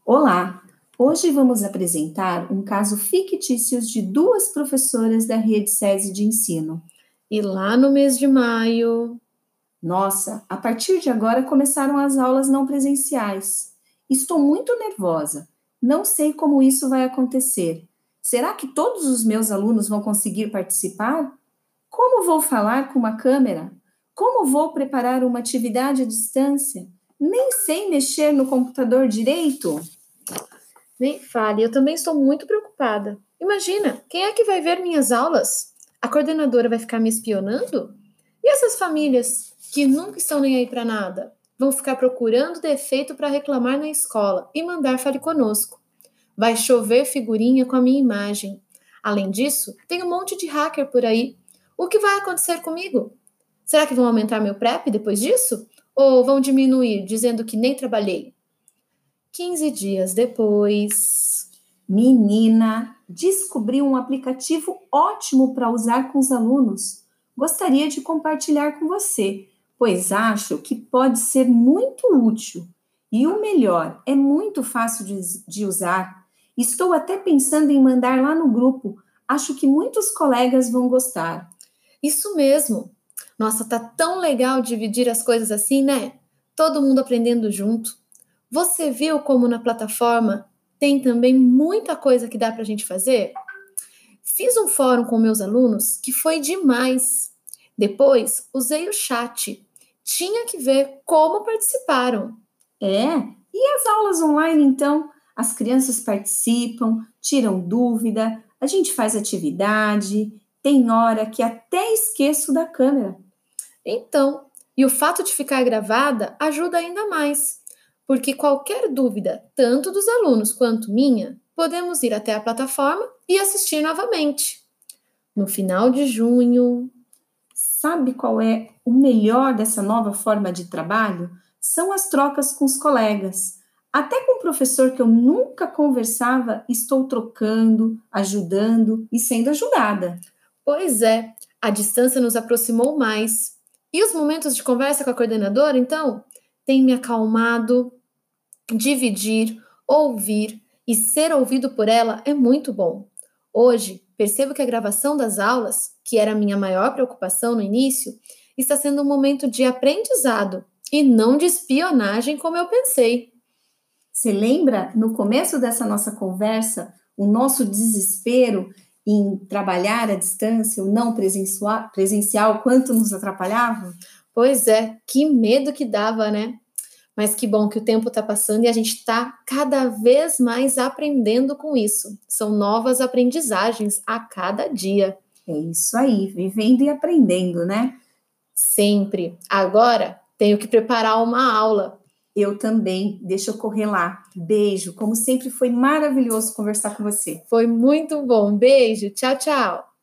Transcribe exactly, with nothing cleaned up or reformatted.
Olá! Hoje vamos apresentar um caso fictício de duas professoras da rede SESI de ensino. E lá no mês de maio... Nossa, a partir de agora começaram as aulas não presenciais. Estou muito nervosa. Não sei como isso vai acontecer. Será que todos os meus alunos vão conseguir participar? Como vou falar com uma câmera? Como vou preparar uma atividade à distância? Nem sei mexer no computador direito. Nem fale, eu também estou muito preocupada. Imagina, quem é que vai ver minhas aulas? A coordenadora vai ficar me espionando? E essas famílias que nunca estão nem aí para nada? Vão ficar procurando defeito para reclamar na escola e mandar fale conosco. Vai chover figurinha com a minha imagem. Além disso, tem um monte de hacker por aí. O que vai acontecer comigo? Será que vão aumentar meu prep depois disso? Ou vão diminuir, dizendo que nem trabalhei? quinze dias depois... Menina, descobri um aplicativo ótimo para usar com os alunos. Gostaria de compartilhar com você, pois acho que pode ser muito útil. E o melhor, é muito fácil de, de usar. Estou até pensando em mandar lá no grupo. Acho que muitos colegas vão gostar. Isso mesmo! Nossa, tá tão legal dividir as coisas assim, né? Todo mundo aprendendo junto. Você viu como na plataforma tem também muita coisa que dá para a gente fazer? Fiz um fórum com meus alunos que foi demais. Depois, usei o chat. Tinha que ver como participaram. É? E as aulas online, então? As crianças participam, tiram dúvida, a gente faz atividade, tem hora que até esqueço da câmera. Então, e o fato de ficar gravada ajuda ainda mais, porque qualquer dúvida, tanto dos alunos quanto minha, podemos ir até a plataforma e assistir novamente. No final de junho... Sabe qual é o melhor dessa nova forma de trabalho? São as trocas com os colegas. Até com o professor que eu nunca conversava, estou trocando, ajudando e sendo ajudada. Pois é, a distância nos aproximou mais. E os momentos de conversa com a coordenadora, então, têm me acalmado. Dividir, ouvir e ser ouvido por ela é muito bom. Hoje, percebo que a gravação das aulas, que era a minha maior preocupação no início, está sendo um momento de aprendizado e não de espionagem como eu pensei. Você lembra, no começo dessa nossa conversa, o nosso desespero em trabalhar à distância, o não presencial, presencial, quanto nos atrapalhava? Pois é, que medo que dava, né? Mas que bom que o tempo está passando e a gente está cada vez mais aprendendo com isso. São novas aprendizagens a cada dia. É isso aí, vivendo e aprendendo, né? Sempre. Agora, tenho que preparar uma aula. Eu também. Deixa eu correr lá. Beijo. Como sempre, foi maravilhoso conversar com você. Foi muito bom. Beijo. Tchau, tchau.